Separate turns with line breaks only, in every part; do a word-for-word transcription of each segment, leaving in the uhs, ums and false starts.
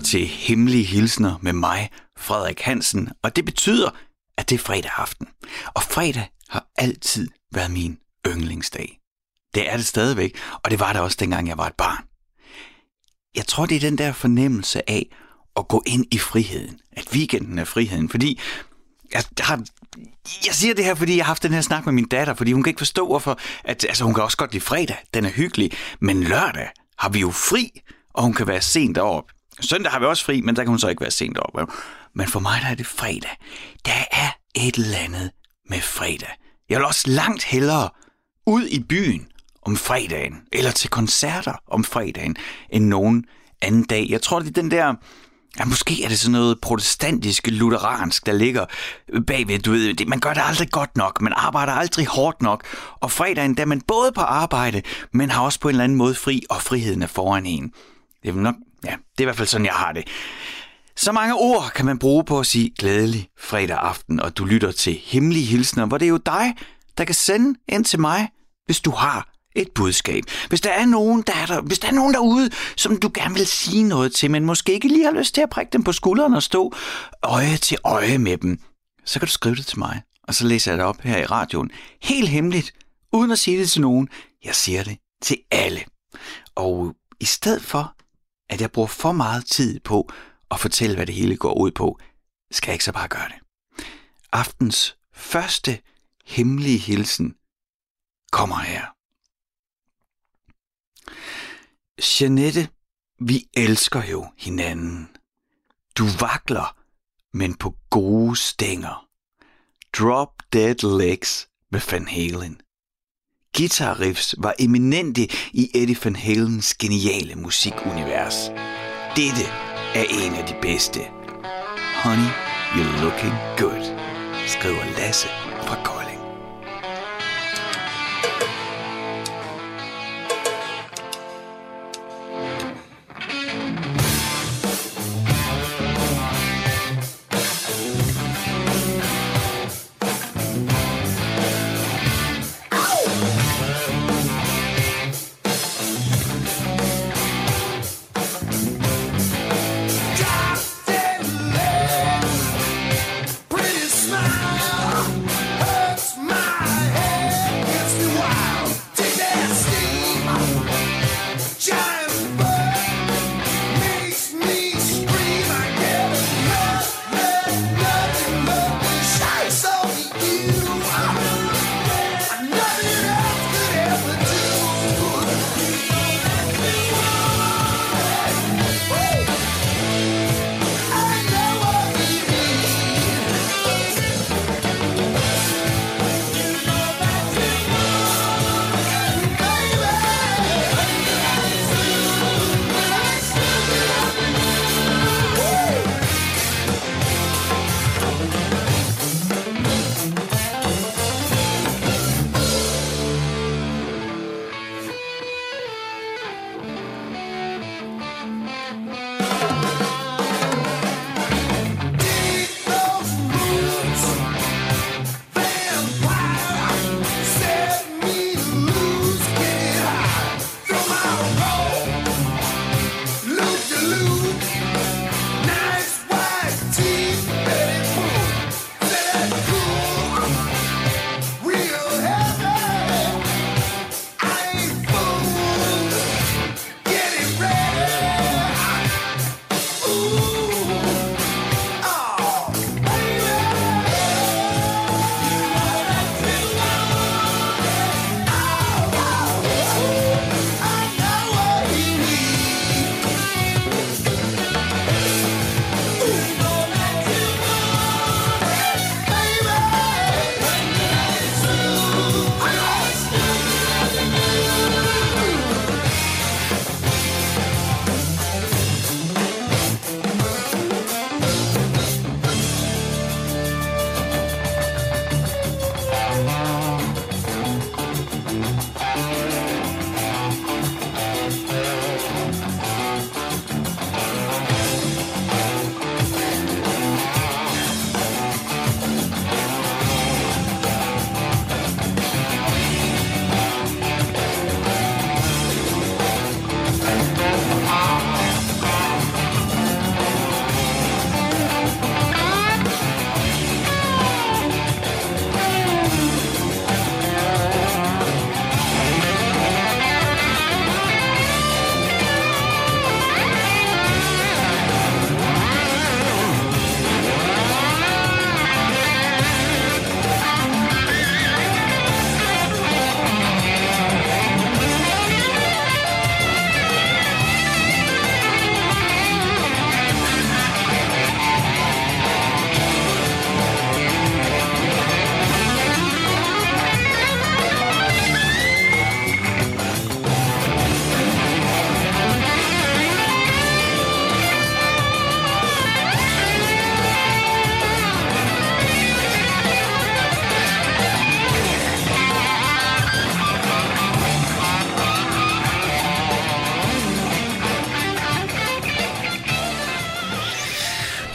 til Hemmelige Hilsner med mig, Frederik Hansen, og det betyder, at det er fredag aften. Og fredag har altid været min yndlingsdag. Det er det stadigvæk, og det var det også dengang jeg var et barn. Jeg tror, det er den der fornemmelse af at gå ind i friheden. At weekenden er friheden, fordi jeg har... Jeg siger det her, fordi jeg har haft den her snak med min datter, fordi hun kan ikke forstå, hvorfor... At, altså, hun kan også godt lide fredag, den er hyggelig, men lørdag har vi jo fri, og hun kan være sent op. Søndag har vi også fri, men der kan hun så ikke være sent op. Men for mig der er det fredag. Der er et eller andet med fredag. Jeg vil også langt hellere ud i byen om fredagen, eller til koncerter om fredagen, end nogen anden dag. Jeg tror, det er den der... Ja, måske er det sådan noget protestantisk, lutheransk, der ligger bagved. Du ved, det, man gør det aldrig godt nok, man arbejder aldrig hårdt nok. Og fredagen, der er man både på arbejde, men har også på en eller anden måde fri, og friheden er foran en. Det er nok, ja, det er i hvert fald sådan, jeg har det. Så mange ord kan man bruge på at sige glædelig fredag aften, og du lytter til Hemmelige Hilsner, hvor det er jo dig, der kan sende ind til mig, hvis du har et budskab. Hvis der er nogen, der er der, hvis der er nogen derude, som du gerne vil sige noget til, men måske ikke lige har lyst til at prikke dem på skulderen og stå øje til øje med dem, så kan du skrive det til mig, og så læser jeg det op her i radioen. Helt hemmeligt, uden at sige det til nogen. Jeg siger det til alle. Og i stedet for, at jeg bruger for meget tid på at fortælle, hvad det hele går ud på, skal jeg ikke så bare gøre det. Aftens første hemmelige hilsen kommer her. Jeanette, vi elsker jo hinanden. Du vakler, men på gode stænger. Drop Dead Legs med Van Halen. Guitar riffs var eminente i Eddie Van Halens geniale musikunivers. Dette er en af de bedste. Honey, you're looking good, skriver Lasse fra Kolding.
Pretty smile, hey.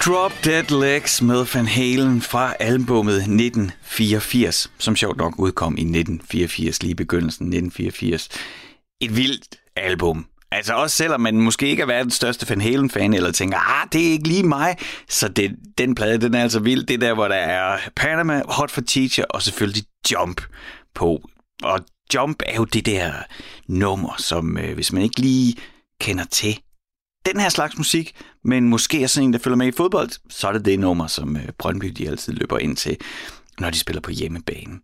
Drop Dead Legs med Van Halen fra albummet nitten fireogfirs, som sjovt nok udkom i nitten fireogfirs, lige i begyndelsen nitten fireogfirs. Et vildt album. Altså også selvom man måske ikke er verdens største Van Halen-fan, eller tænker, ah, det er ikke lige mig, så det, den plade, den er altså vild. Det er der, hvor der er Panama, Hot for Teacher og selvfølgelig Jump på. Og Jump er jo det der nummer, som øh, hvis man ikke lige kender til den her slags musik, men måske er sådan en, der følger med i fodbold, så er det det nummer, som øh, Brøndby de altid løber ind til, når de spiller på hjemmebane.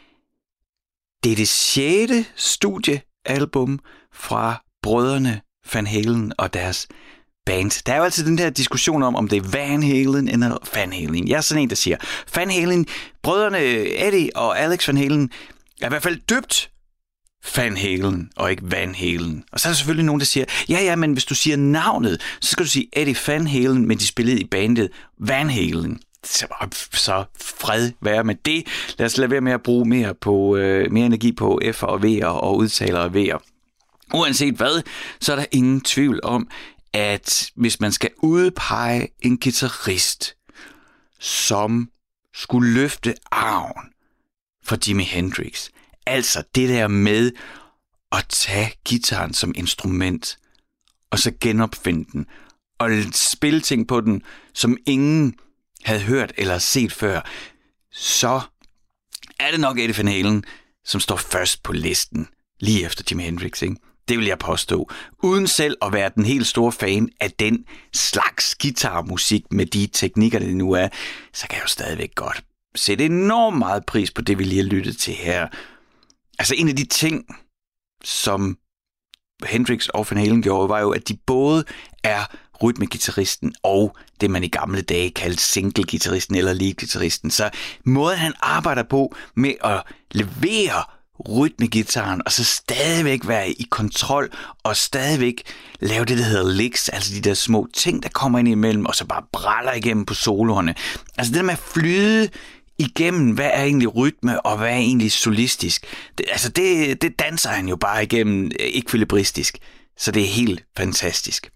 Det er det sjette studiealbum fra brødrene Van Halen og deres band. Der er jo altid den der diskussion om, om det er Van Halen eller Van Halen. Jeg er sådan en, der siger, Van Halen, brødrene Eddie og Alex Van Halen er i hvert fald døbt Van Halen og ikke Van Halen. Og så er der selvfølgelig nogen, der siger, ja, ja, men hvis du siger navnet, så skal du sige Eddie Van Halen, men de spillede i bandet Van Halen. Så, så fred være med det. Lad os lade være med at bruge mere, på, øh, mere energi på F'er og V'er og udtaler af V'er. Uanset hvad, så er der ingen tvivl om, at hvis man skal udpege en guitarist, som skulle løfte arven for Jimi Hendrix, altså det der med at tage guitaren som instrument, og så genopfinde den, og spille ting på den, som ingen havde hørt eller set før, så er det nok Eddie Van Halen, som står først på listen, lige efter Jimi Hendrix, ikke? Det vil jeg påstå. Uden selv at være den helt store fan af den slags guitarmusik med de teknikker, det nu er, så kan jeg jo stadigvæk godt sætte enormt meget pris på det, vi lige har lyttet til her. Altså en af de ting, som Hendrix og Van Halen gjorde, var jo, at de både er rytmegitarristen og det, man i gamle dage kaldte single-gitarristen eller lead-gitarristen. Så måden, han arbejder på med at levere rytmegitaren, og så stadigvæk være i kontrol, og stadigvæk lave det, der hedder licks, altså de der små ting, der kommer ind imellem, og så bare bræller igennem på soloerne. Altså det der med at flyde igennem, hvad er egentlig rytme, og hvad er egentlig solistisk. Det, altså det, det danser han jo bare igennem ekvilibristisk, så det er helt fantastisk.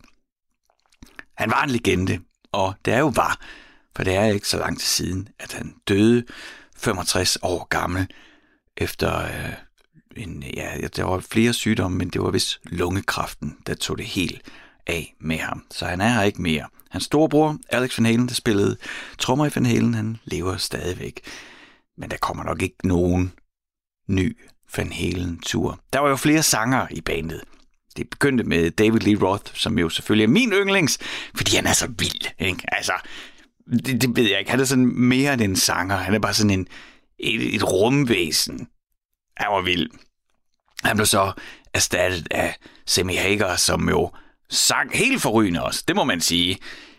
Han var en legende, og det er jo bare, for det er ikke så lang tid siden, at han døde femogtres år gammel, efter øh, en, ja, der var flere sygdomme, men det var vist lungekræften, der tog det helt af med ham. Så han er her ikke mere. Hans storebror, Alex Van Halen, der spillede trommer i Van Halen, han lever stadigvæk. Men der kommer nok ikke nogen ny Van Halen-tur. Der var jo flere sangere i bandet. Det begyndte med David Lee Roth, som jo selvfølgelig er min yndlings, fordi han er så vild, ikke? Altså, det, det ved jeg ikke. Han er sådan mere end en sanger. Han er bare sådan en Et, et rumvæsen. Han var vild. Han blev så erstattet af Sammy Hagar, som jo sang helt forrygende også. Det må man sige.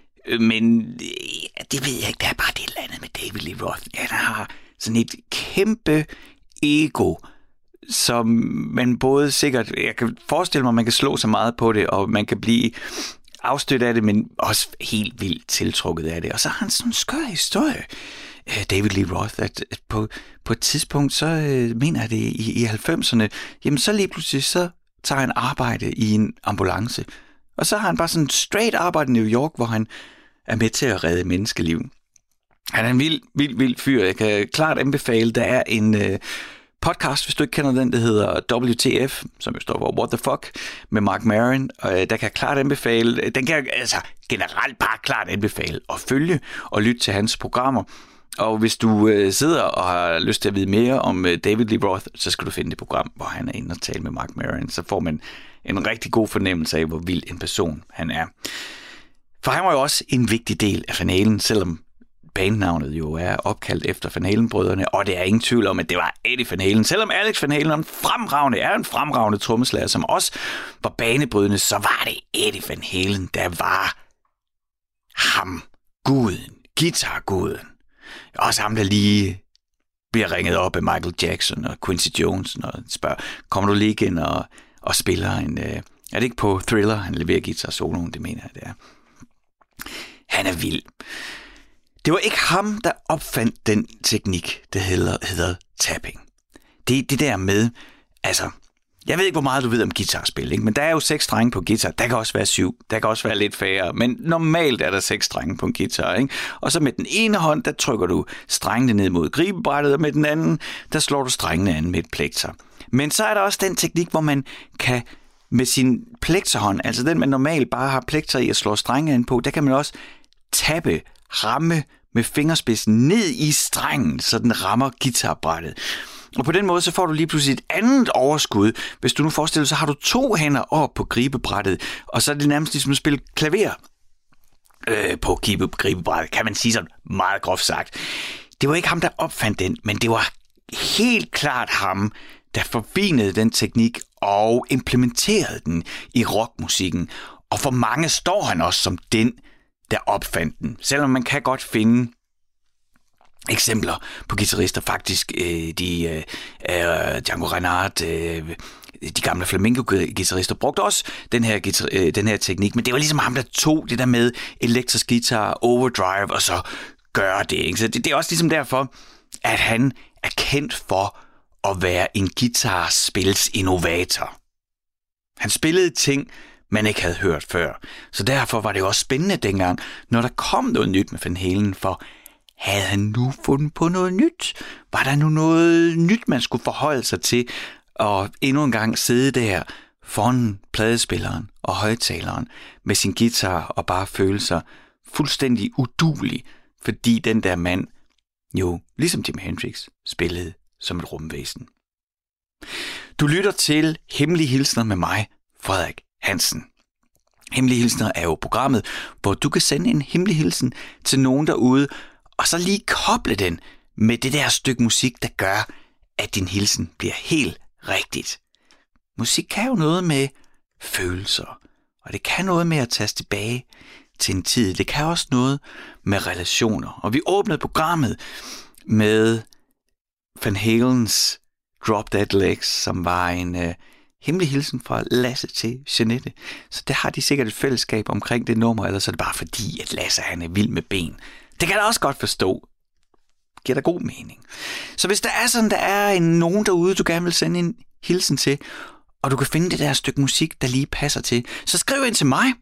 Men det ved jeg ikke. Der er bare det eller andet med David Lee Roth. Han har sådan et kæmpe ego, som man både sikkert... Jeg kan forestille mig, at man kan slå så meget på det, og man kan blive afstødt af det, men også helt vildt tiltrukket af det. Og så har han sådan en skør historie, David Lee Roth, at på, på et tidspunkt, så øh, mener jeg det i, i halvfemserne, jamen så lige pludselig, så tager han arbejde i en ambulance. Og så har han bare sådan en straight arbejde i New York, hvor han er med til at redde menneskeliv. Han er en vild, vild, vild fyr. Jeg kan klart anbefale, der er en øh, podcast, hvis du ikke kender den, der hedder W T F, som jo står for What the Fuck, med Mark Maron. Og øh, der kan jeg klart anbefale, den kan jeg altså generelt bare klart anbefale at følge og lytte til hans programmer. Og hvis du øh, sidder og har lyst til at vide mere om øh, David Lee Roth, så skal du finde det program, hvor han er inde og tale med Mark Maron. Så får man en rigtig god fornemmelse af, hvor vild en person han er. For han var jo også en vigtig del af Van Halen, selvom bandnavnet jo er opkaldt efter Van Halen-brødrene, og det er ingen tvivl om, at det var Eddie Van Halen. Selvom Alex Van Halen er en fremragende, er en fremragende trommeslager, som også var banebrydende, så var det Eddie Van Halen, der var ham, guden, guitarguden. Også ham, der lige bliver ringet op af Michael Jackson og Quincy Jones og spørger, kommer du lige ind og, og spiller en... Øh, er det ikke på Thriller, han leverer guitar soloen, det mener jeg, det er. Han er vild. Det var ikke ham, der opfandt den teknik, der hedder, hedder tapping. Det det der med, altså, Jeg ved ikke, hvor meget du ved om guitarspil, ikke? Men der er jo seks strenge på guitar. Der kan også være syv. Der kan også være lidt færre. Men normalt er der seks strenge på en guitar, ikke? Og så med den ene hånd, der trykker du strengene ned mod gribebrættet, og med den anden, der slår du strengene an med et plekter. Men så er der også den teknik, hvor man kan med sin plekterhånd, altså den man normalt bare har plekter i at slå strengene an på, der kan man også tappe, ramme med fingerspidsen ned i strengen, så den rammer guitarbrættet. Og på den måde, så får du lige pludselig et andet overskud. Hvis du nu forestiller dig, så har du to hænder op på gribebrættet, og så er det nærmest ligesom at spille klaver øh, på gribebrættet, kan man sige sådan meget groft sagt. Det var ikke ham, der opfandt den, men det var helt klart ham, der forfinede den teknik og implementerede den i rockmusikken. Og for mange står han også som den, der opfandt den. Selvom man kan godt finde eksempler på guitarister, faktisk øh, de øh, Django Reinhardt, øh, de gamle flamenco-guitarister brugte også den her, guitar, øh, den her teknik, men det var ligesom ham, der tog det der med elektrisk guitar, overdrive, og så gøre det. Ikke? Så det, det er også ligesom derfor, at han er kendt for at være en guitarspilsinnovator. Han spillede ting, man ikke havde hørt før. Så derfor var det jo også spændende dengang, når der kom noget nyt med Van Halen, for havde han nu fundet på noget nyt? Var der nu noget nyt, man skulle forholde sig til? Og endnu en gang sidde der foran pladespilleren og højtaleren med sin guitar og bare føle sig fuldstændig uduelig, fordi den der mand jo, ligesom Jimi Hendrix, spillede som et rumvæsen. Du lytter til Hemmelige Hilsner med mig, Frederik Hansen. Hemmelige Hilsner er jo programmet, hvor du kan sende en hemmelig hilsen til nogen derude, og så lige koble den med det der stykke musik, der gør, at din hilsen bliver helt rigtigt. Musik kan jo noget med følelser, og det kan noget med at tage tilbage til en tid. Det kan også noget med relationer. Og vi åbnede programmet med Van Halens Drop Dead Legs, som var en øh, hemmelig hilsen fra Lasse til Jeanette. Så der har de sikkert et fællesskab omkring det nummer, eller så er det bare fordi, at Lasse han er vild med ben. Det kan jeg også godt forstå. Giver da god mening. Så hvis der er sådan, der er en, nogen derude, du gerne vil sende en hilsen til, og du kan finde det der stykke musik, der lige passer til, så skriv ind til mig.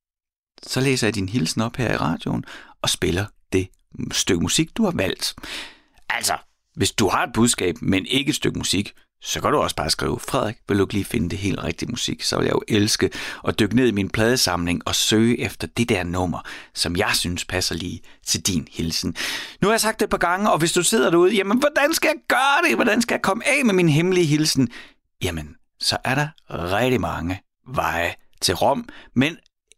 Så læser jeg din hilsen op her i radioen, og spiller det stykke musik, du har valgt. Altså, hvis du har et budskab, men ikke et stykke musik, så kan du også bare skrive, Frederik, vil du lige finde det helt rigtige musik? Så vil jeg jo elske at dykke ned i min pladesamling og søge efter det der nummer, som jeg synes passer lige til din hilsen. Nu har jeg sagt det et par gange, og hvis du sidder derude, jamen hvordan skal jeg gøre det? Hvordan skal jeg komme af med min hemmelige hilsen? Jamen, så er der rigtig mange veje til Rom, men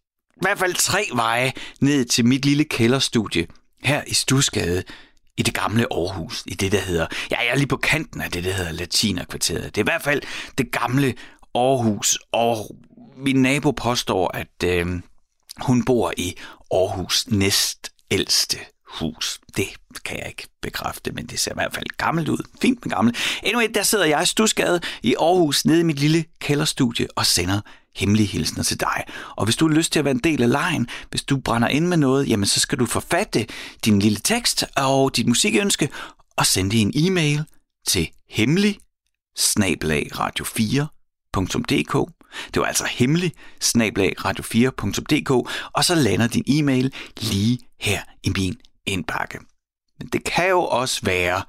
i hvert fald tre veje ned til mit lille kælderstudie her i Studsgade, i det gamle Aarhus, i det, der hedder... Ja, jeg er lige på kanten af det, der hedder Latinerkvarteret. Det er i hvert fald det gamle Aarhus, og min nabo påstår, at øh, hun bor i Aarhus' næstældste hus. Det kan jeg ikke bekræfte, men det ser i hvert fald gammelt ud. Fint med gammelt. Anyway, der sidder jeg i Studsgade i Aarhus, nede i mit lille kælderstudie, og sender hemmelige hilsner til dig. Og hvis du har lyst til at være en del af lejen, hvis du brænder ind med noget, jamen så skal du forfatte din lille tekst og dit musikønske og sende det en e-mail til hemmelig snabel-a radio fire punktum d k. Det var altså hemmelig snabel-a radio fire punktum d k, og så lander din e-mail lige her i min indbakke. Men det kan jo også være,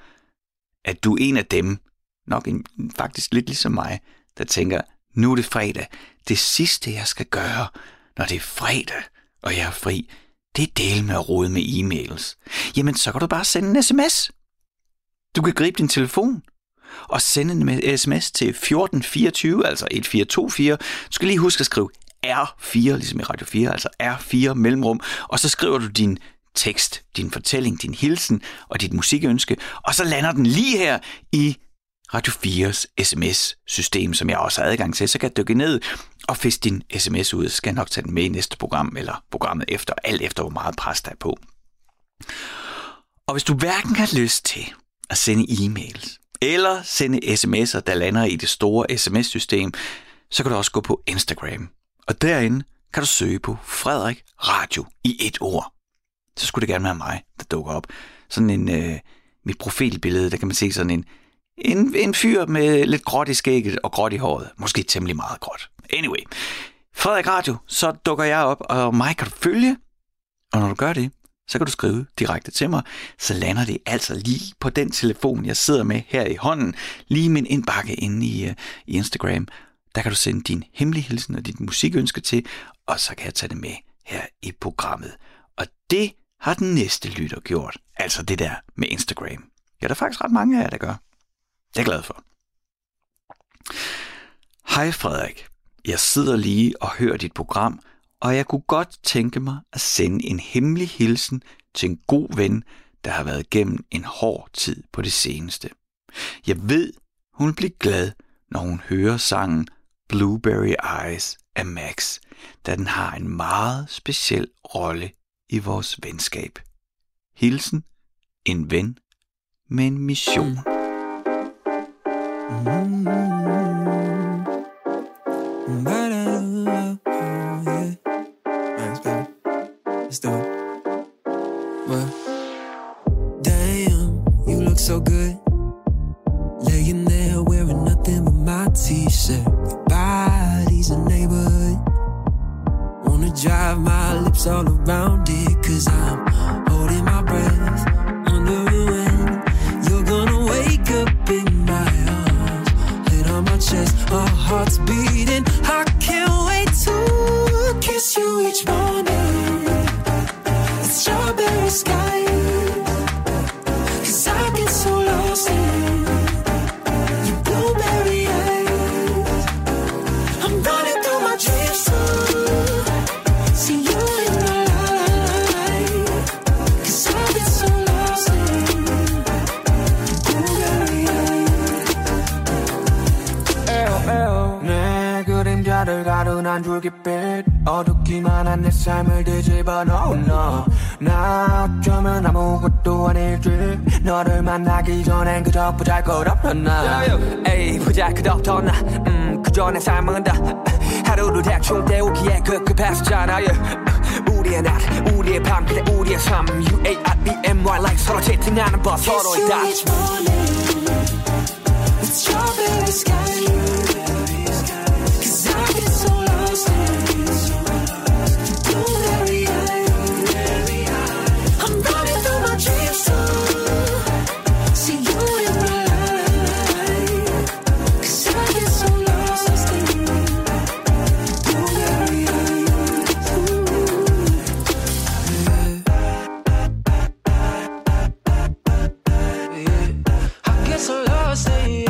at du er en af dem, nok en, faktisk lidt ligesom mig, der tænker, nu er det fredag. Det sidste, jeg skal gøre, når det er fredag, og jeg er fri, det er del med at rode med e-mails. Jamen, så kan du bare sende en sms. Du kan gribe din telefon og sende en sms til fjorten fireogtyve, altså et fire to fire. Du skal lige huske at skrive R fire, ligesom i Radio fire, altså R fire mellemrum, og så skriver du din tekst, din fortælling, din hilsen og dit musikønske, og så lander den lige her i Radio fires sms-system, som jeg også har adgang til, så kan jeg dykke ned og fiske din sms ud. Så skal jeg nok tage den med i næste program, eller programmet efter, alt efter hvor meget pres der er på. Og hvis du hverken har lyst til at sende e-mails, eller sende sms'er, der lander i det store sms-system, så kan du også gå på Instagram. Og derinde kan du søge på Frederik Radio i et ord. Så skulle det gerne være mig, der dukker op. Sådan en, øh, mit profilbillede, der kan man se sådan en en, en fyr med lidt gråt i skægget og gråt i håret. Måske temmelig meget gråt. Anyway, Frederik Radio, så dukker jeg op, og mig kan du følge. Og når du gør det, så kan du skrive direkte til mig. Så lander det altså lige på den telefon, jeg sidder med her i hånden. Lige min indbakke inde i, uh, i Instagram. Der kan du sende din hemmelige hilsen og dit musikønske til, og så kan jeg tage det med her i programmet. Og det har den næste lytter gjort. Altså det der med Instagram. Ja, der er faktisk ret mange af jer, der gør. Det er jeg glad for. Hej Frederik. Jeg sidder lige og hører dit program, og jeg kunne godt tænke mig at sende en hemmelig hilsen til en god ven, der har været igennem en hård tid på det seneste. Jeg ved, hun vil blive glad, når hun hører sangen Blueberry Eyes af Max, da den har en meget speciel rolle i vores venskab. Hilsen, en ven med en mission. Mm.
Let's do it. Well, damn, you look so good. Laying there wearing nothing but my t-shirt. Your body's a neighborhood. Wanna drive my lips all around it, cause I'm holding my breath, wondering when you're gonna wake up in my arms, head on my chest, our hearts beating. I can't wait to kiss you each morning. Strawberry skies, cause I get so lost in your blueberry eyes. I'm running through my dreams to see you in my life, cause I get so lost in your blueberry eyes. 에어 에어 내 그림자를 가둔한 줄깃빛 어둡기만 한 내 삶을 뒤집어 놓어 no. 나 어쩌면 아무것도 아닐지 너를 만나기 전엔 그저 보잘것없던 나 에이 보잘것없던 나 음, 그저 내 삶은 다 하루를 대충 때우기에 급급했었잖아 우리의 낮 우리의 밤 그래 우리의 삶 U A R E M Y like 서로 채팅하는 법 서로의 다 Kiss you each morning with strawberry skies Cause I get so lost in blueberry eyes. I'm running through my dreams to see you in my life. Cause I get so lost in blueberry eyes. Yeah. I get so lost in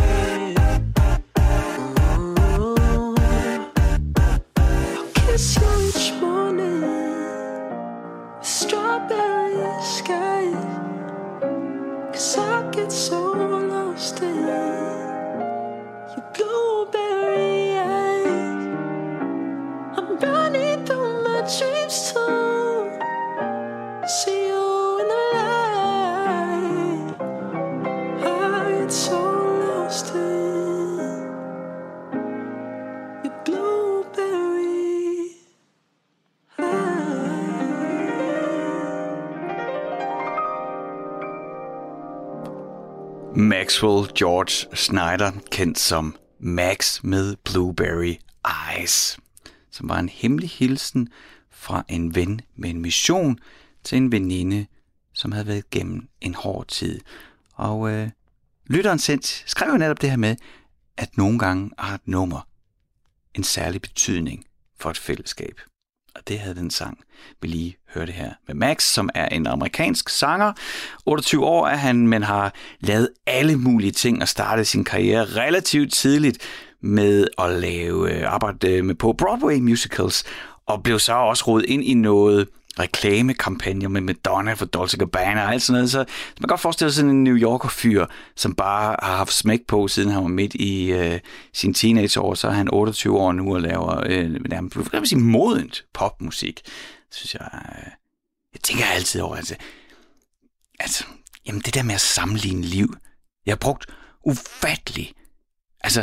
Maxwell George Snyder, kendt som Max med Blueberry Eyes, som var en hemmelig hilsen fra en ven med en mission til en veninde, som havde været igennem en hård tid. Og øh, lytteren sendt, skrev jo netop det her med, at nogle gange har et nummer en særlig betydning for et fællesskab. Og det havde den sang, vi lige hørte her med Max, som er en amerikansk sanger. otteogtyve år er han, men har lavet alle mulige ting og startet sin karriere relativt tidligt med at lave arbejde med på Broadway musicals, og blev så også rodet ind i noget reklamekampagner med Madonna for Dolce and Gabbana og alt sådan noget. Så man kan godt forestille sig sådan en New Yorker-fyr, som bare har haft smæk på, siden han var midt i øh, sin teenageår. Så er han otteogtyve år nu og laver øh, nærmest, kan man sige, modent popmusik. Synes jeg, øh, jeg tænker altid over, altså, altså, jamen det der med at sammenligne liv. Jeg har brugt ufattelig, altså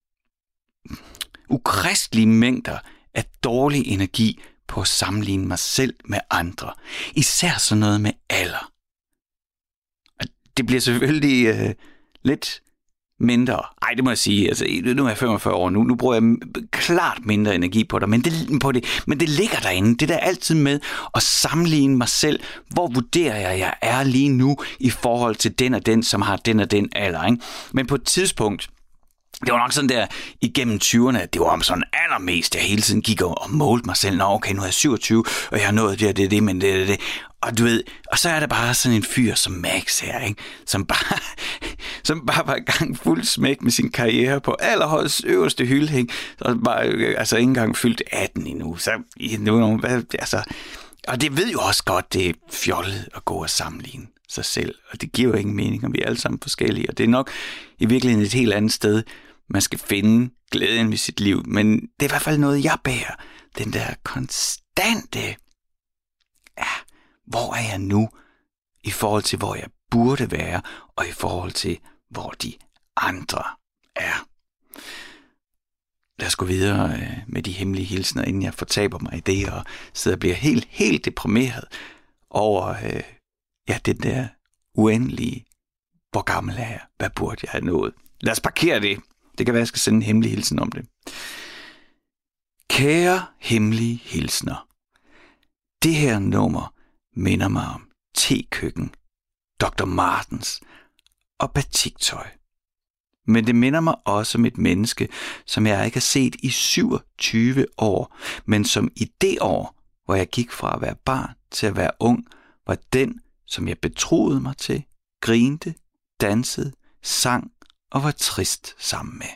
ukristelige mængder af dårlig energi på at sammenligne mig selv med andre. Især sådan noget med alder. Og det bliver selvfølgelig øh, lidt mindre. Ej, det må jeg sige. Altså, nu er jeg femogfyrre år, nu, nu bruger jeg klart mindre energi på det, men det, på det, men det ligger derinde. Det der altid med at sammenligne mig selv. Hvor vurderer jeg, jeg er lige nu i forhold til den og den, som har den og den alder, ikke? Men på et tidspunkt, det var nok sådan der igennem tyverne, det var om sådan allermest, jeg hele tiden gik og målte mig selv. Nå, okay, nu er jeg syvogtyve, og jeg har nået det og det, det, men det, det, det. Og du ved, og så er der bare sådan en fyr som Max her, ikke? Som bare, som bare var i gang fuld smæk med sin karriere på allerhøjst øverste hylde, ikke? Så bare, altså ikke engang fyldt atten endnu. Så, nu, altså, og det ved jo også godt, det er fjollet at gå og sammenligne sig selv, og det giver jo ingen mening, og vi er alle sammen forskellige, og det er nok i virkeligheden et helt andet sted, man skal finde glæden ved sit liv, men det er i hvert fald noget, jeg bærer. Den der konstante, ja, hvor er jeg nu, i forhold til, hvor jeg burde være, og i forhold til, hvor de andre er. Lad os gå videre med de hemmelige hilsener, inden jeg fortaber mig i det, og sidder og bliver helt, helt deprimeret over, øh, ja, den der uendelige, hvor gammel er jeg, hvad burde jeg have nået. Lad os parkere det. Det kan være, jeg skal sende en hemmelig hilsen om det. Kære hemmelige hilsner. Det her nummer minder mig om tekøkken, doktor Martens og batiktøj. Men det minder mig også om et menneske, som jeg ikke har set i syvogtyve år, men som i det år, hvor jeg gik fra at være barn til at være ung, var den, som jeg betroede mig til, grinte, dansede, sang og var trist sammen med.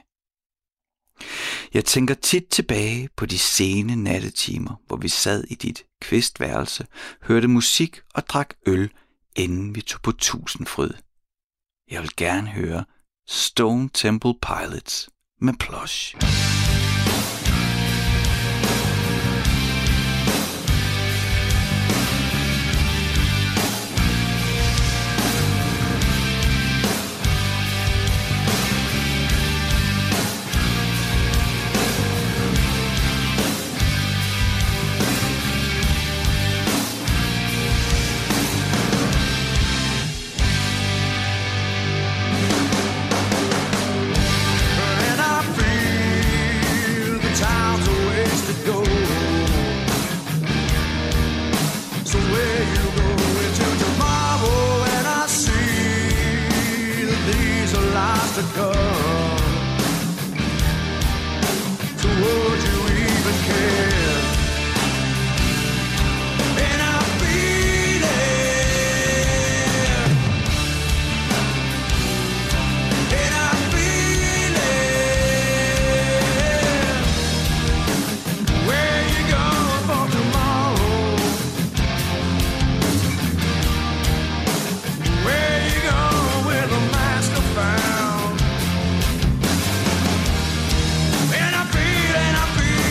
Jeg tænker tit tilbage på de sene nattetimer, hvor vi sad i dit kvistværelse, hørte musik og drak øl, inden vi tog på Tusindfryd. Jeg vil gerne høre Stone Temple Pilots med Plush.
And I feel, and I feel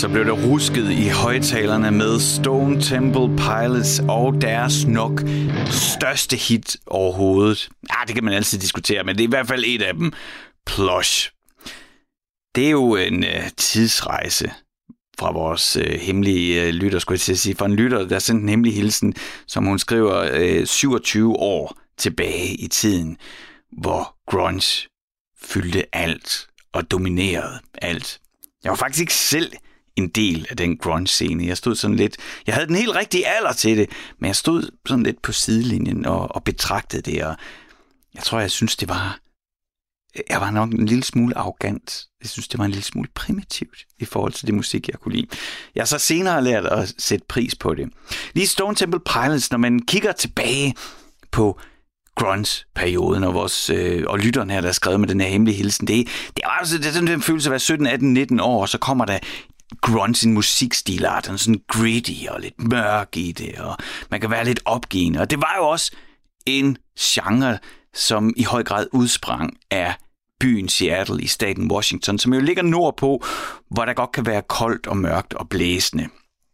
så blev der rusket i højtalerne med Stone Temple Pilots og deres nok største hit overhovedet. Ja, det kan man altid diskutere, men det er i hvert fald et af dem. Plush. Det er jo en øh, tidsrejse fra vores øh, hemmelige øh, lytter, skulle jeg til at sige. For en lytter, der sendte en hemmelig hilsen, som hun skriver øh, syvogtyve år tilbage i tiden, hvor grunge fyldte alt og dominerede alt. Jeg var faktisk ikke selv en del af den grunge-scene. Jeg stod sådan lidt... Jeg havde den helt rigtige alder til det, men jeg stod sådan lidt på sidelinjen og, og betragtede det, og jeg tror, jeg synes, det var... Jeg var nok en lille smule arrogant. Jeg synes, det var en lille smule primitivt i forhold til det musik, jeg kunne lide. Jeg har så senere lært at sætte pris på det. Lige Stone Temple Pilots, når man kigger tilbage på grunge-perioden, og, vores, øh, og lytteren her, der er skrevet med den her hemmelige hilsen, det, det er altså det er sådan en følelse af at være sytten, atten, nitten år, og så kommer der grunge, en musikstilart, og sådan gritty og lidt mørk i det, og man kan være lidt opgivende. Og det var jo også en genre, som i høj grad udsprang af byen Seattle i staten Washington, som jo ligger nordpå, hvor der godt kan være koldt og mørkt og blæsende.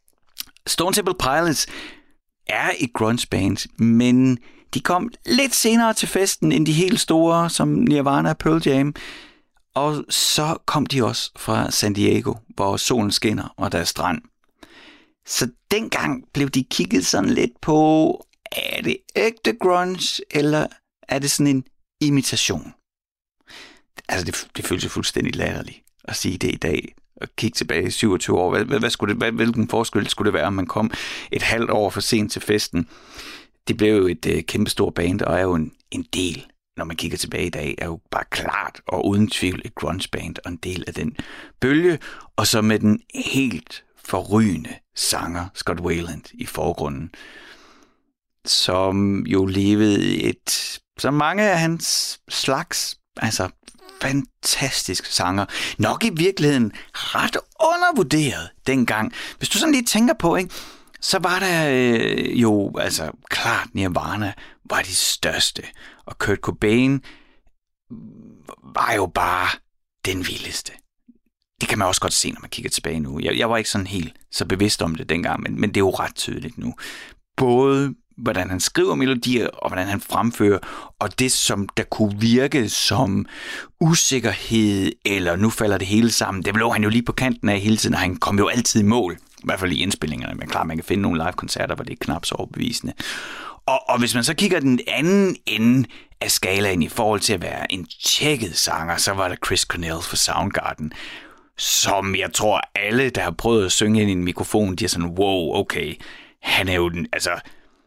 Stone Temple Pilots er et grunge band, men de kom lidt senere til festen end de helt store, som Nirvana og Pearl Jam. Og så kom de også fra San Diego, hvor solen skinner og der er strand. Så dengang blev de kigget sådan lidt på, er det ægte grunge, eller er det sådan en imitation? Altså, det, det føles jo fuldstændig latterligt at sige det i dag, og kigge tilbage i syvogtyve år. Hvad, hvad skulle det, hvad, hvilken forskel skulle det være, om man kom et halvt år for sent til festen? Det blev jo et øh, kæmpestort band, og er jo en, en del, når man kigger tilbage i dag, er jo bare klart og uden tvivl et grunge band, og en del af den bølge, og så med den helt forrygende sanger Scott Weiland i forgrunden, som jo levede et, så mange af hans slags, altså fantastisk sanger, nok i virkeligheden ret undervurderet dengang. Hvis du sådan lige tænker på, ikke, så var der øh, jo, altså klart Nirvana var de største, og Kurt Cobain var jo bare den vildeste. Det kan man også godt se, når man kigger tilbage nu. Jeg, jeg var ikke sådan helt så bevidst om det dengang, men, men det er jo ret tydeligt nu. Både hvordan han skriver melodier, og hvordan han fremfører, og det, som der kunne virke som usikkerhed, eller nu falder det hele sammen, det lå han jo lige på kanten af hele tiden, og han kom jo altid i mål, i hvert fald i indspillingerne, men klart, man kan finde nogle live-koncerter, hvor det er knap så overbevisende. Og, og hvis man så kigger den anden ende af skalaen i forhold til at være en tjekket sanger, så var der Chris Cornell for Soundgarden, som jeg tror alle, der har prøvet at synge ind i en mikrofon, de er sådan, wow, okay, han er jo den, altså,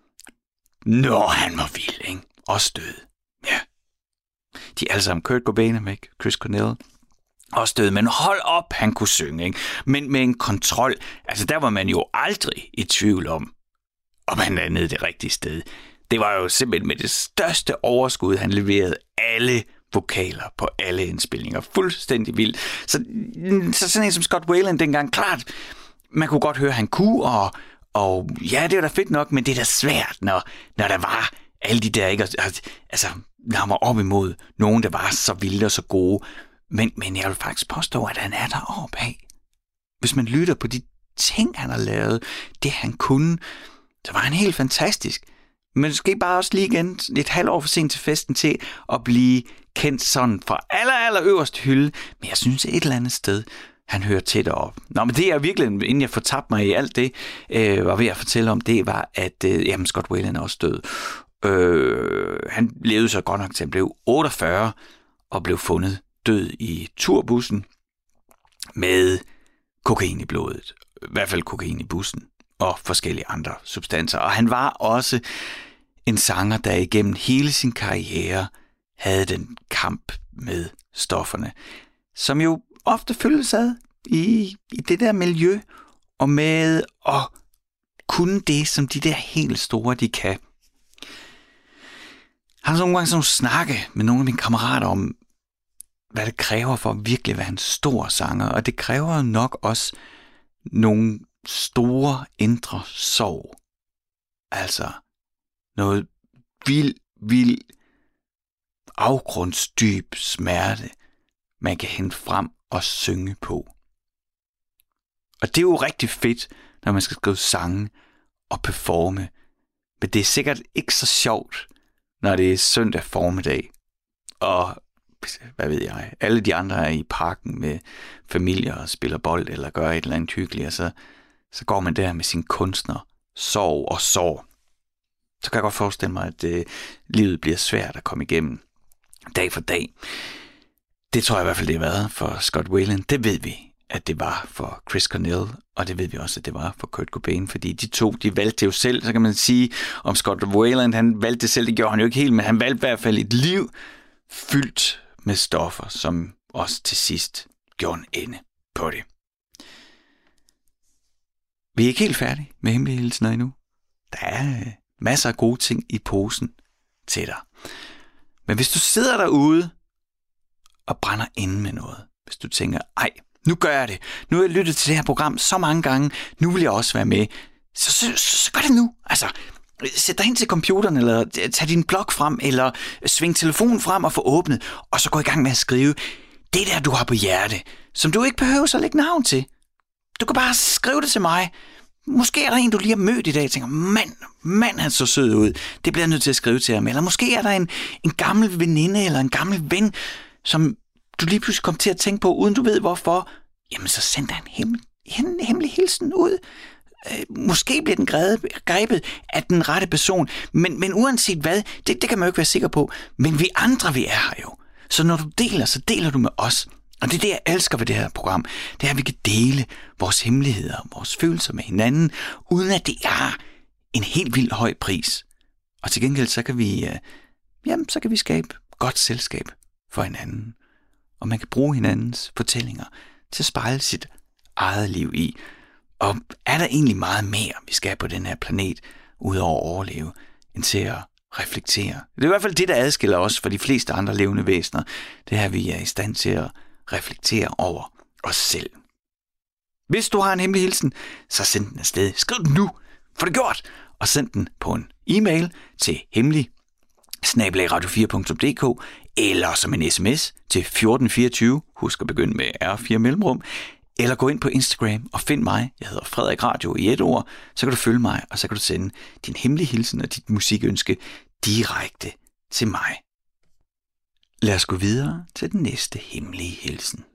nå, han var vild, ikke? Og stød. Ja. De er alle sammen Kurt Cobain er med, Chris Cornell. Og stød, men hold op, han kunne synge, ikke? Men med en kontrol. Altså, der var man jo aldrig i tvivl om, om han landede det rigtige sted. Det var jo simpelthen med det største overskud, han leverede alle vokaler på alle indspilninger. Fuldstændig vildt. Så, så sådan en som Scott Weiland dengang, klart, man kunne godt høre, han kunne, og Og ja, det var da fedt nok, men det er da svært, når, når der var alle de der, ikke? Altså, når han var op imod nogen, der var så vilde og så gode. Men, men jeg vil faktisk påstå, at han er deroppe af. Hvis man lytter på de ting, han har lavet, det han kunne, så var han helt fantastisk. Men måske bare også lige igen et halvt år for sent til festen til at blive kendt sådan fra aller, aller øverste hylde. Men jeg synes et eller andet sted, han hører tæt op. Nå, men det er virkelig, inden jeg fortabte mig i alt det, øh, var ved at fortælle om, det var, at øh, jamen, Scott Weiland er også død. Øh, han levede så godt nok til, at han blev otteogfyrre og blev fundet død i turbussen med kokain i blodet. I hvert fald kokain i bussen og forskellige andre substanser. Og han var også en sanger, der igennem hele sin karriere havde den kamp med stofferne, som jo ofte følges ad i, i det der miljø, og med at kunne det, som de der helt store, de kan. Jeg har nogle gange sådan snakke med nogle af mine kammerater om, hvad det kræver for at virkelig være en stor sanger, og det kræver nok også nogle store indre sorg. Altså noget vild, vild, afgrundsdyb smerte, man kan hente frem og synge på. Og det er jo rigtig fedt, når man skal skrive sange og performe. Men det er sikkert ikke så sjovt, når det er søndag formiddag. Og hvad ved jeg, alle de andre er i parken med familier og spiller bold eller gør et eller andet hyggeligt, og så, så går man der med sin kunstner, sorg og sorg. Så kan jeg godt forestille mig, at øh, livet bliver svært at komme igennem dag for dag. Det tror jeg i hvert fald, det har været for Scott Weiland. Det ved vi, at det var for Chris Cornell, og det ved vi også, at det var for Kurt Cobain, fordi de to, de valgte det jo selv. Så kan man sige om Scott Weiland, han valgte det selv, det gjorde han jo ikke helt, men han valgte i hvert fald et liv fyldt med stoffer, som også til sidst gjorde en ende på det. Vi er ikke helt færdige med hemmelige hilsener endnu. Der er øh, masser af gode ting i posen til dig. Men hvis du sidder derude og brænder inde med noget, hvis du tænker, ej, nu gør jeg det, nu har jeg lyttet til det her program så mange gange, nu vil jeg også være med, så, så, så, så gør det nu. Altså, sæt dig hen til computeren, eller tag din blog frem, eller sving telefonen frem og få åbnet, og så gå i gang med at skrive det der, du har på hjerte, som du ikke behøver at lægge navn til. Du kan bare skrive det til mig. Måske er der en, du lige har mødt i dag, og tænker, mand, mand, han så sød ud. Det bliver jeg nødt til at skrive til ham. Eller måske er der en, en gammel veninde, eller en gammel ven, som du lige pludselig kom til at tænke på, uden du ved hvorfor. Jamen, så send dig en hemmelig, en hemmelig hilsen ud. Øh, måske bliver den grebet af den rette person. Men, men uanset hvad, det, det kan man jo ikke være sikker på. Men vi andre, vi er her jo. Så når du deler, så deler du med os. Og det er det, jeg elsker ved det her program. Det er, at vi kan dele vores hemmeligheder, vores følelser med hinanden, uden at det er en helt vildt høj pris. Og til gengæld, så kan vi, øh, jamen, så kan vi skabe godt selskab for hinanden. Og man kan bruge hinandens fortællinger til at spejle sit eget liv i. Og er der egentlig meget mere, vi skal på den her planet, udover at overleve, end til at reflektere? Det er i hvert fald det, der adskiller os fra de fleste andre levende væsener. Det her, vi er i stand til at reflektere over os selv. Hvis du har en hemmelig hilsen, så send den afsted. Skriv den nu. Få det gjort. Og send den på en e-mail til hemmelig snabel-a radio fire punktum d k eller som en sms til fjorten fireogtyve. Husk at begynde med R fire mellemrum. Eller gå ind på Instagram og find mig. Jeg hedder Frederik Radio i et ord. Så kan du følge mig, og så kan du sende din hemmelige hilsen og dit musikønske direkte til mig. Lad os gå videre til den næste hemmelige hilsen.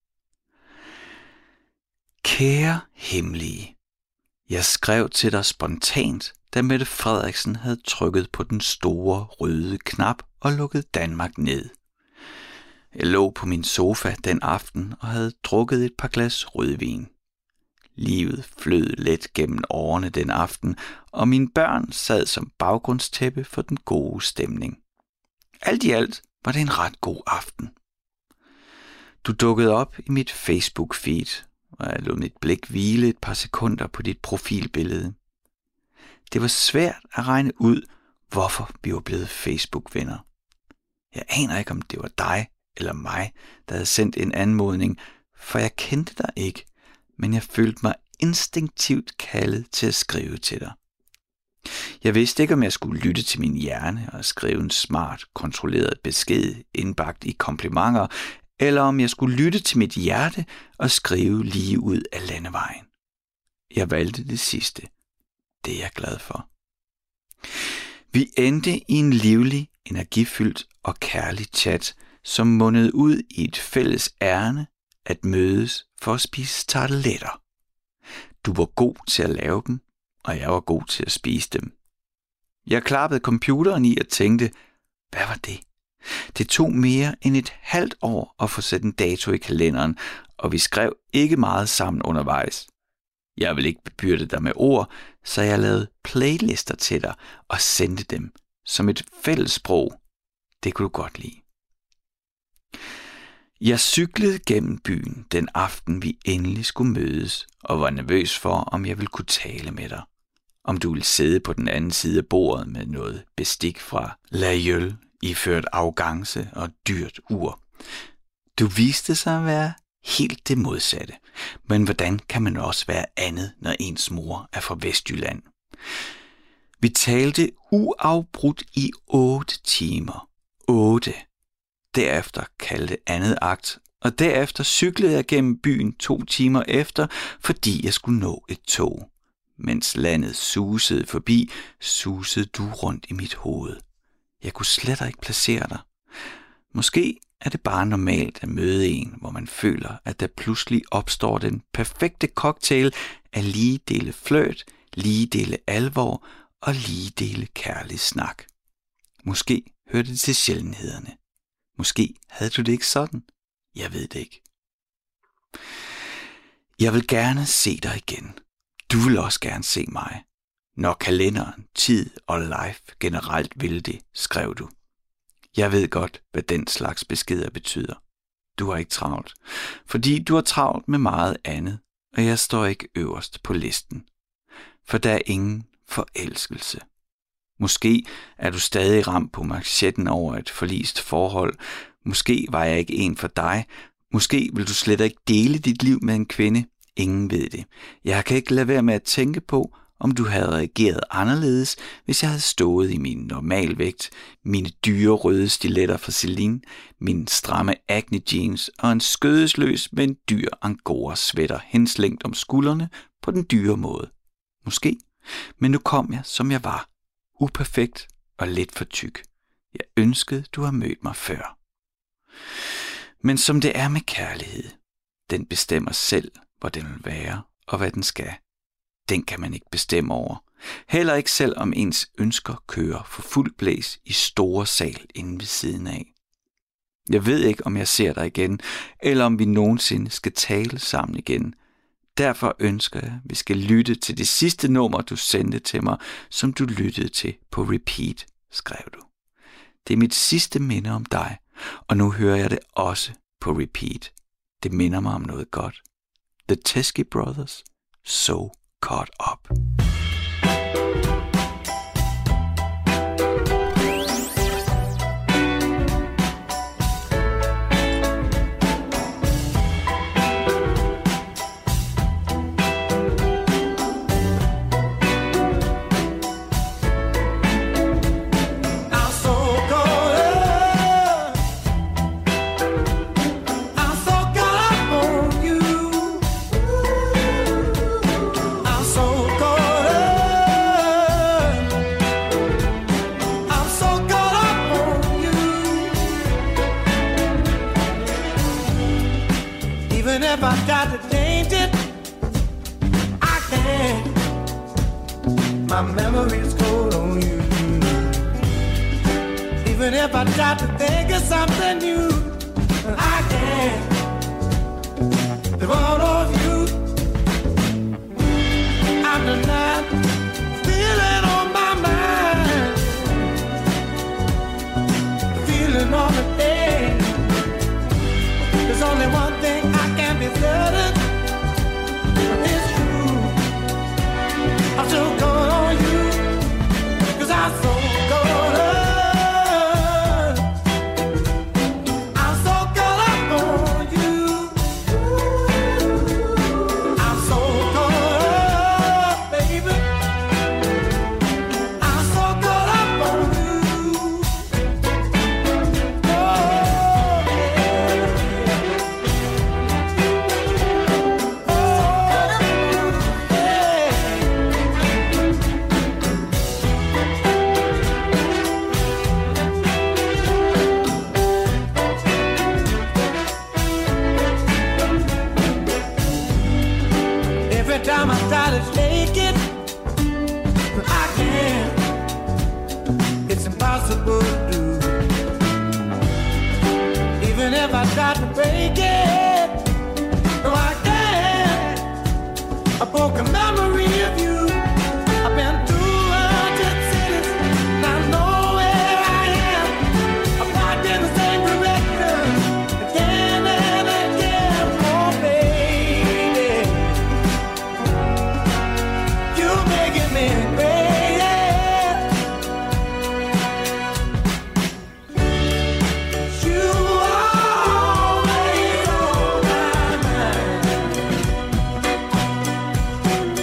Kære hemmelige, jeg skrev til dig spontant, da Mette Frederiksen havde trykket på den store røde knap og lukket Danmark ned. Jeg lå på min sofa den aften og havde drukket et par glas rødvin. Livet flød let gennem årene den aften, og mine børn sad som baggrundstæppe for den gode stemning. Alt i alt var det en ret god aften. Du dukkede op i mit Facebook-feed, og jeg lod mit blik hvile et par sekunder på dit profilbillede. Det var svært at regne ud, hvorfor vi var blevet Facebook-venner. Jeg aner ikke, om det var dig eller mig, der havde sendt en anmodning, for jeg kendte dig ikke, men jeg følte mig instinktivt kaldet til at skrive til dig. Jeg vidste ikke, om jeg skulle lytte til min hjerne og skrive en smart, kontrolleret besked indbagt i komplimenter, eller om jeg skulle lytte til mit hjerte og skrive lige ud af landevejen. Jeg valgte det sidste. Det er jeg glad for. Vi endte i en livlig, energifyldt og kærlig chat, som mundede ud i et fælles ærne at mødes for at spise tarteletter. Du var god til at lave dem, og jeg var god til at spise dem. Jeg klappede computeren i og tænkte, hvad var det? Det tog mere end et halvt år at få sat en dato i kalenderen, og vi skrev ikke meget sammen undervejs. Jeg vil ikke bebyrde dig med ord, så jeg lavede playlister til dig og sendte dem som et fællessprog. Det kunne du godt lide. Jeg cyklede gennem byen den aften, vi endelig skulle mødes, og var nervøs for, om jeg ville kunne tale med dig. Om du ville sidde på den anden side af bordet med noget bestik fra Lajeul, iført arrogance og dyrt ur. Du viste sig at være helt det modsatte. Men hvordan kan man også være andet, når ens mor er fra Vestjylland? Vi talte uafbrudt i otte timer. Otte. Derefter kaldte andet akt, og derefter cyklede jeg gennem byen to timer efter, fordi jeg skulle nå et tog. Mens landet susede forbi, susede du rundt i mit hoved. Jeg kunne slet ikke placere dig. Måske er det bare normalt at møde en, hvor man føler, at der pludselig opstår den perfekte cocktail af lige dele flirt, lige dele alvor og lige dele kærlig snak. Måske hørte det til sjældenhederne. Måske havde du det ikke sådan. Jeg ved det ikke. Jeg vil gerne se dig igen. Du vil også gerne se mig. Når kalenderen, tid og life generelt vil det, skrev du. Jeg ved godt, hvad den slags beskeder betyder. Du har ikke travlt, fordi du har travlt med meget andet, og jeg står ikke øverst på listen. For der er ingen forelskelse. Måske er du stadig ramt på manchetten over et forlist forhold. Måske var jeg ikke en for dig. Måske vil du slet ikke dele dit liv med en kvinde. Ingen ved det. Jeg kan ikke lade være med at tænke på, om du havde reageret anderledes, hvis jeg havde stået i min normalvægt, mine dyre røde stiletter fra Celine, mine stramme Acne jeans og en skødesløs med en dyr angora sweater henslængt om skuldrene på den dyre måde. Måske. Men nu kom jeg, som jeg var. Uperfekt og lidt for tyk. Jeg ønskede, du havde mødt mig før. Men som det er med kærlighed, den bestemmer selv, hvor den vil være og hvad den skal. Den kan man ikke bestemme over. Heller ikke selv om ens ønsker kører for fuld blæs i store sal inde ved siden af. Jeg ved ikke, om jeg ser dig igen, eller om vi nogensinde skal tale sammen igen. Derfor ønsker jeg, at vi skal lytte til det sidste nummer, du sendte til mig, som du lyttede til på repeat, skrev du. Det er mit sidste minde om dig, og nu hører jeg det også på repeat. Det minder mig om noget godt. The Teskey Brothers, So Caught Up.
If I got to change it, I can't. My memory's cold on you. Even if I try to think of something new, I can't. The one of you, I'm denied, feeling on my mind, feeling on the day. There's only one thing I can be certain, it's true. I'm so caught on you, 'cause I'm so caught up. I'm so caught up on you. I'm so caught up, baby. I'm so caught up on you. Oh, yeah. Time I try to take it, but I can't. It's impossible to do. Even if I try to break it, no, I can't. A broken memory of you. I've been through a hundred cities, and I know where I am. I'm locked in the same direction again and again, oh baby. You're making me crazy. You are always on my mind.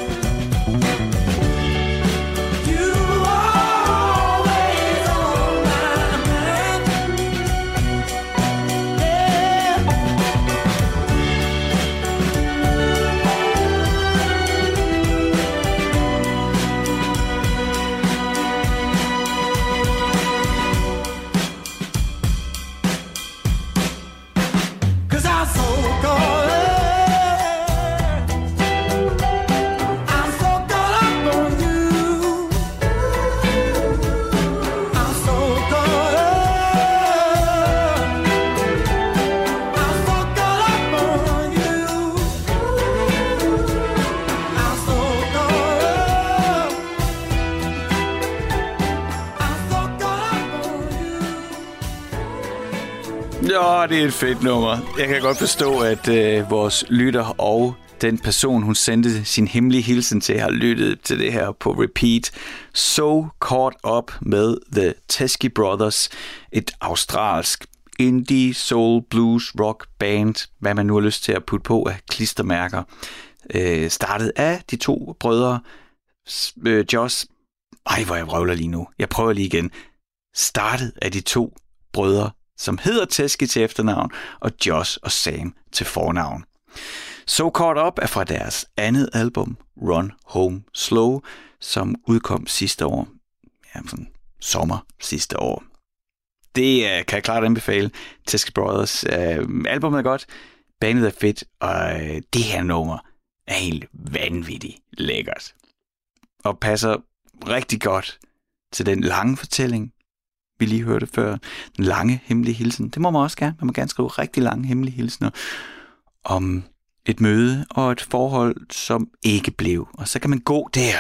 Åh, det er et fedt nummer. Jeg kan godt forstå, at øh, vores lytter og den person, hun sendte sin hemmelige hilsen til, har lyttet til det her på repeat. So Caught Up med The Teskey Brothers, et australsk indie, soul, blues, rock band, hvad man nu har lyst til at putte på af klistermærker. Øh, startet af de to brødre, øh, Josh. Ej, hvor jeg vrøvler lige nu. Jeg prøver lige igen. Startet af de to brødre, som hedder Teskey til efternavn, og Josh og Sam til fornavn. So Caught Up er fra deres andet album, Run Home Slow, som udkom sidste år. Ja, sådan sommer sidste år. Det uh, kan jeg klart anbefale. Teskey Brothers. Uh, albumet er godt, bandet er fedt, og uh, det her nummer er helt vanvittigt lækkert. Og passer rigtig godt til den lange fortælling, vi lige hørte før. Den lange hemmelige hilsen. Det må man også gerne. Man må gerne skrive rigtig lange hemmelige hilsener om et møde og et forhold, som ikke blev. Og så kan man gå der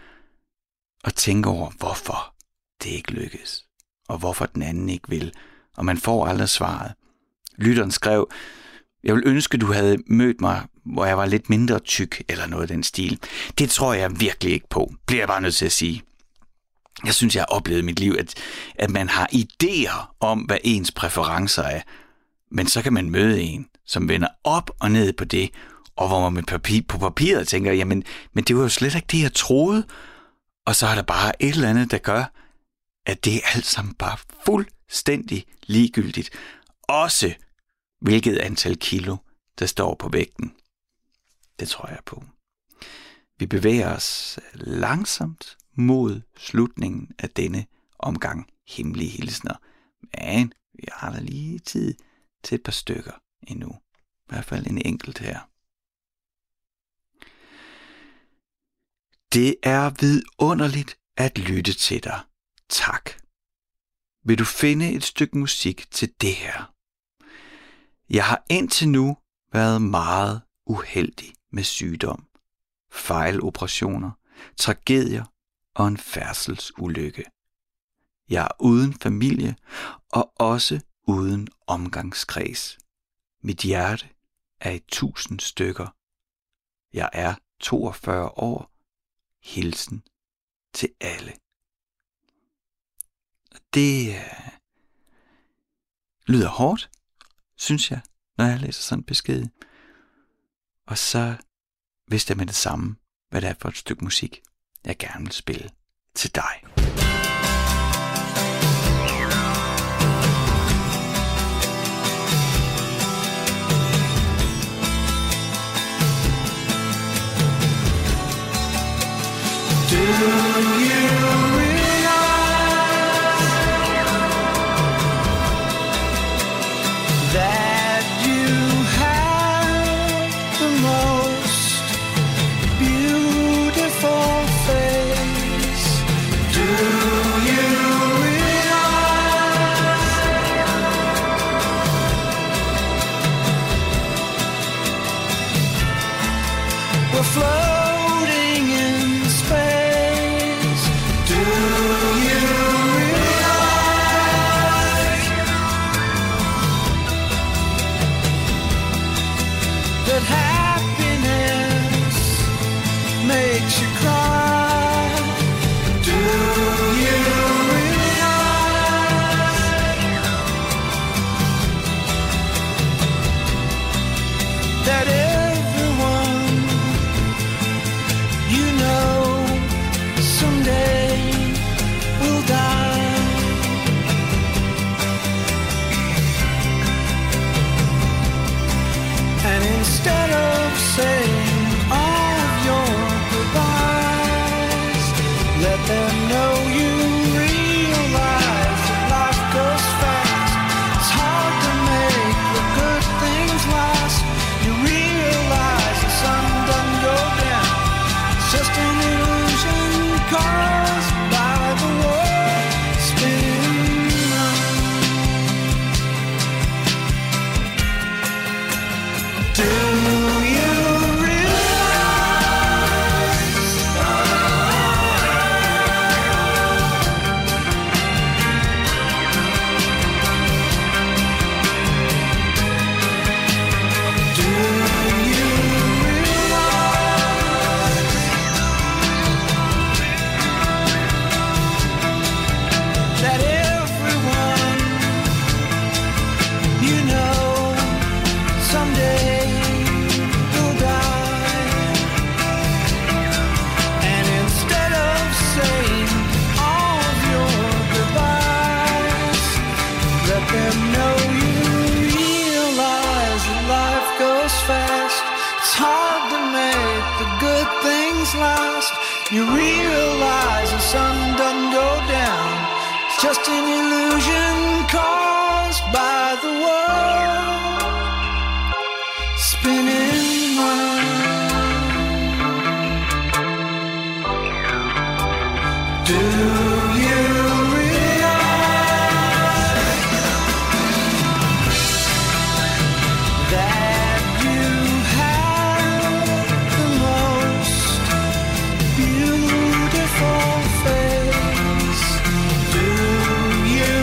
og tænke over, hvorfor det ikke lykkes. Og hvorfor den anden ikke vil. Og man får aldrig svaret. Lytteren skrev, jeg vil ønske, du havde mødt mig, hvor jeg var lidt mindre tyk, eller noget af den stil. Det tror jeg virkelig ikke på, bliver jeg bare nødt til at sige. Jeg synes, jeg har oplevet i mit liv, at, at man har idéer om, hvad ens præferencer er. Men så kan man møde en, som vender op og ned på det, og hvor man papir, på papiret tænker, jamen, men det var jo slet ikke det, jeg troede. Og så er der bare et eller andet, der gør, at det er alt sammen bare fuldstændig ligegyldigt. Også hvilket antal kilo, der står på vægten. Det tror jeg på. Vi bevæger os langsomt mod slutningen af denne omgang hemmelige hilsner. Men vi har da lige tid til et par stykker endnu. I hvert fald en enkelt her. Det er vidunderligt at lytte til dig. Tak. Vil du finde et stykke musik til det her? Jeg har indtil nu været meget uheldig med sygdom, fejloperationer, tragedier og en færdselsulykke. Jeg er uden familie og også uden omgangskreds. Mit hjerte er i tusind stykker. Jeg er toogfyrre år. Hilsen til alle. Det uh, lyder hårdt, synes jeg, når jeg læser sådan en besked. Og så vidste jeg med det samme, hvad det er for et stykke musik, jeg gerne vil spille til dig.
Do you realize that you have the most beautiful face? Do you realize we're floating in space? Do you realize that happiness makes you cry? Do you realize that everyone you know someday will die? And instead of saying all of your goodbyes, let them know you realize that life goes fast. It's hard to make the good things last. You realize the sun doesn't go down. It's just an illusion caused by the world spinning round. Do you you realize the sun doesn't go down. It's just an illusion caused by the world spinning round. Do you realize that you have the most beautiful face? Do you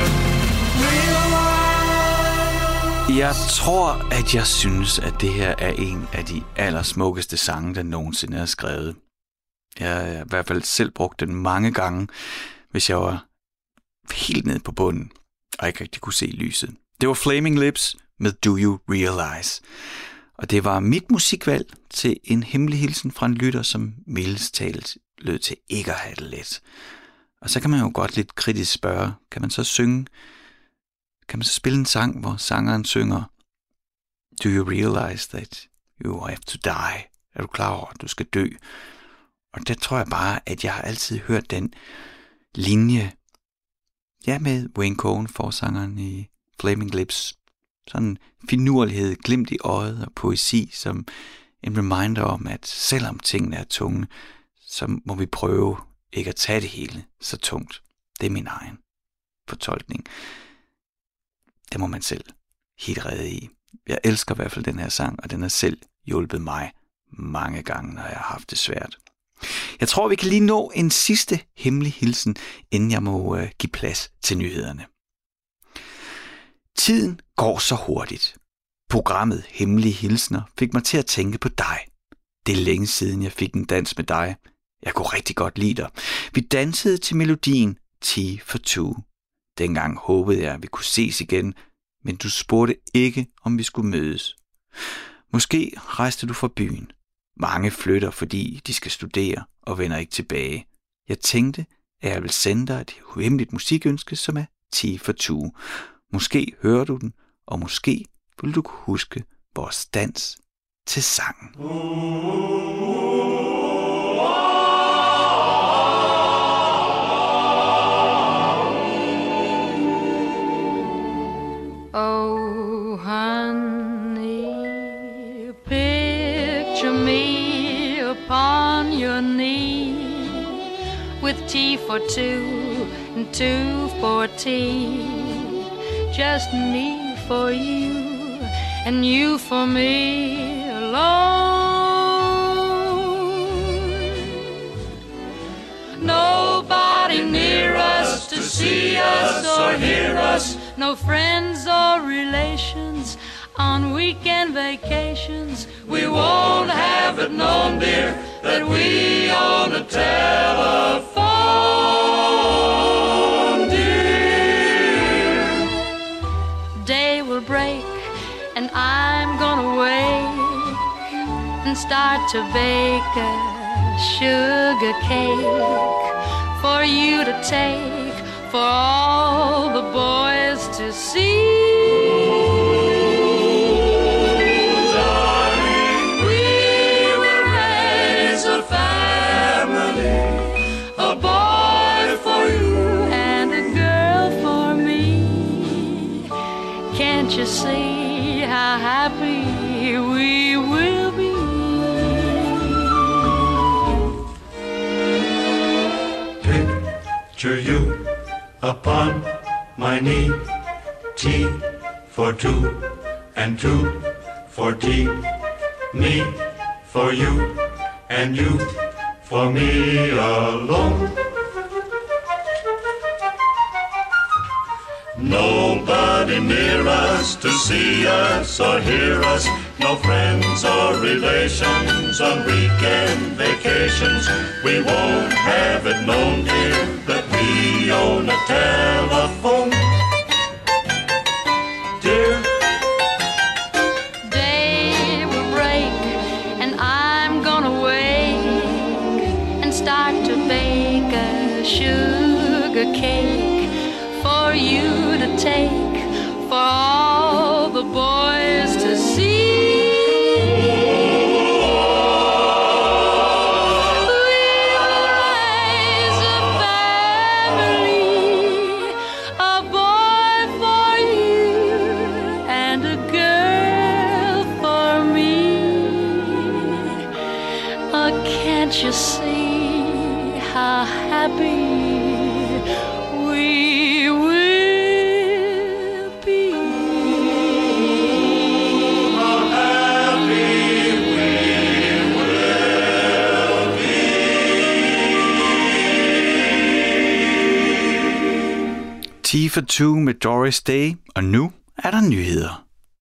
realize?
Jeg tror, at jeg synes, at det her er en af de allersmukkeste sange, der nogensinde er skrevet. Jeg har i hvert fald selv brugt den mange gange, hvis jeg var helt nede på bunden og ikke rigtig kunne se lyset. Det var Flaming Lips med Do You Realize? Og det var mit musikvalg til en hemmelig hilsen fra en lytter, som mildest talt lød til ikke at have det let. Og så kan man jo godt lidt kritisk spørge, kan man så synge, kan man så spille en sang, hvor sangeren synger Do you realize that you have to die? Er du klar over, at du skal dø? Og der tror jeg bare, at jeg har altid hørt den linje, ja, med Wayne Coyne, forsangeren i Flaming Lips. Sådan finurlighed, glimt i øjet og poesi, som en reminder om, at selvom tingene er tunge, så må vi prøve ikke at tage det hele så tungt. Det er min egen fortolkning. Det må man selv helt redde i. Jeg elsker i hvert fald den her sang, og den har selv hjulpet mig mange gange, når jeg har haft det svært. Jeg tror, vi kan lige nå en sidste hemmelig hilsen, inden jeg må øh, give plads til nyhederne. Tiden går så hurtigt. Programmet Hemmelige Hilsner fik mig til at tænke på dig. Det er længe siden, jeg fik en dans med dig. Jeg kunne rigtig godt lide dig. Vi dansede til melodien T for Two. Dengang håbede jeg, at vi kunne ses igen, men du spurgte ikke, om vi skulle mødes. Måske rejste du fra byen. Mange flytter, fordi de skal studere og vender ikke tilbage. Jeg tænkte, at jeg vil sende dig et hemmeligt musikønske, som er T for Two. Måske hører du den, og måske vil du kunne huske vores dans til sangen.
Oh, honey, picture me upon your knee with tea for two and two for tea. Just me for you and you for me alone. Nobody near us to see us or hear us. No friends or relations on weekend vacations. We won't have it known, dear, that we own a telephone, dear. Day will break and I'm gonna wake and start to bake a sugar cake for you to take, for all the boys to see. Darling, we will raise a family, a boy for you and a girl for me. Can't you see how happy we will be?
Picture you upon my knee, T for two and two for tea. Me for you and you for me alone. Nobody near us to see us or hear us. No friends or relations on weekend vacations. We won't have it known, dear, that we own a telephone, dear.
Day will break and I'm gonna wake and start to bake a sugar cake for you to take, for all the boys to see. We happy we will be. How happy we will be.
ti for to med Doris Day, og nu er der nyheder.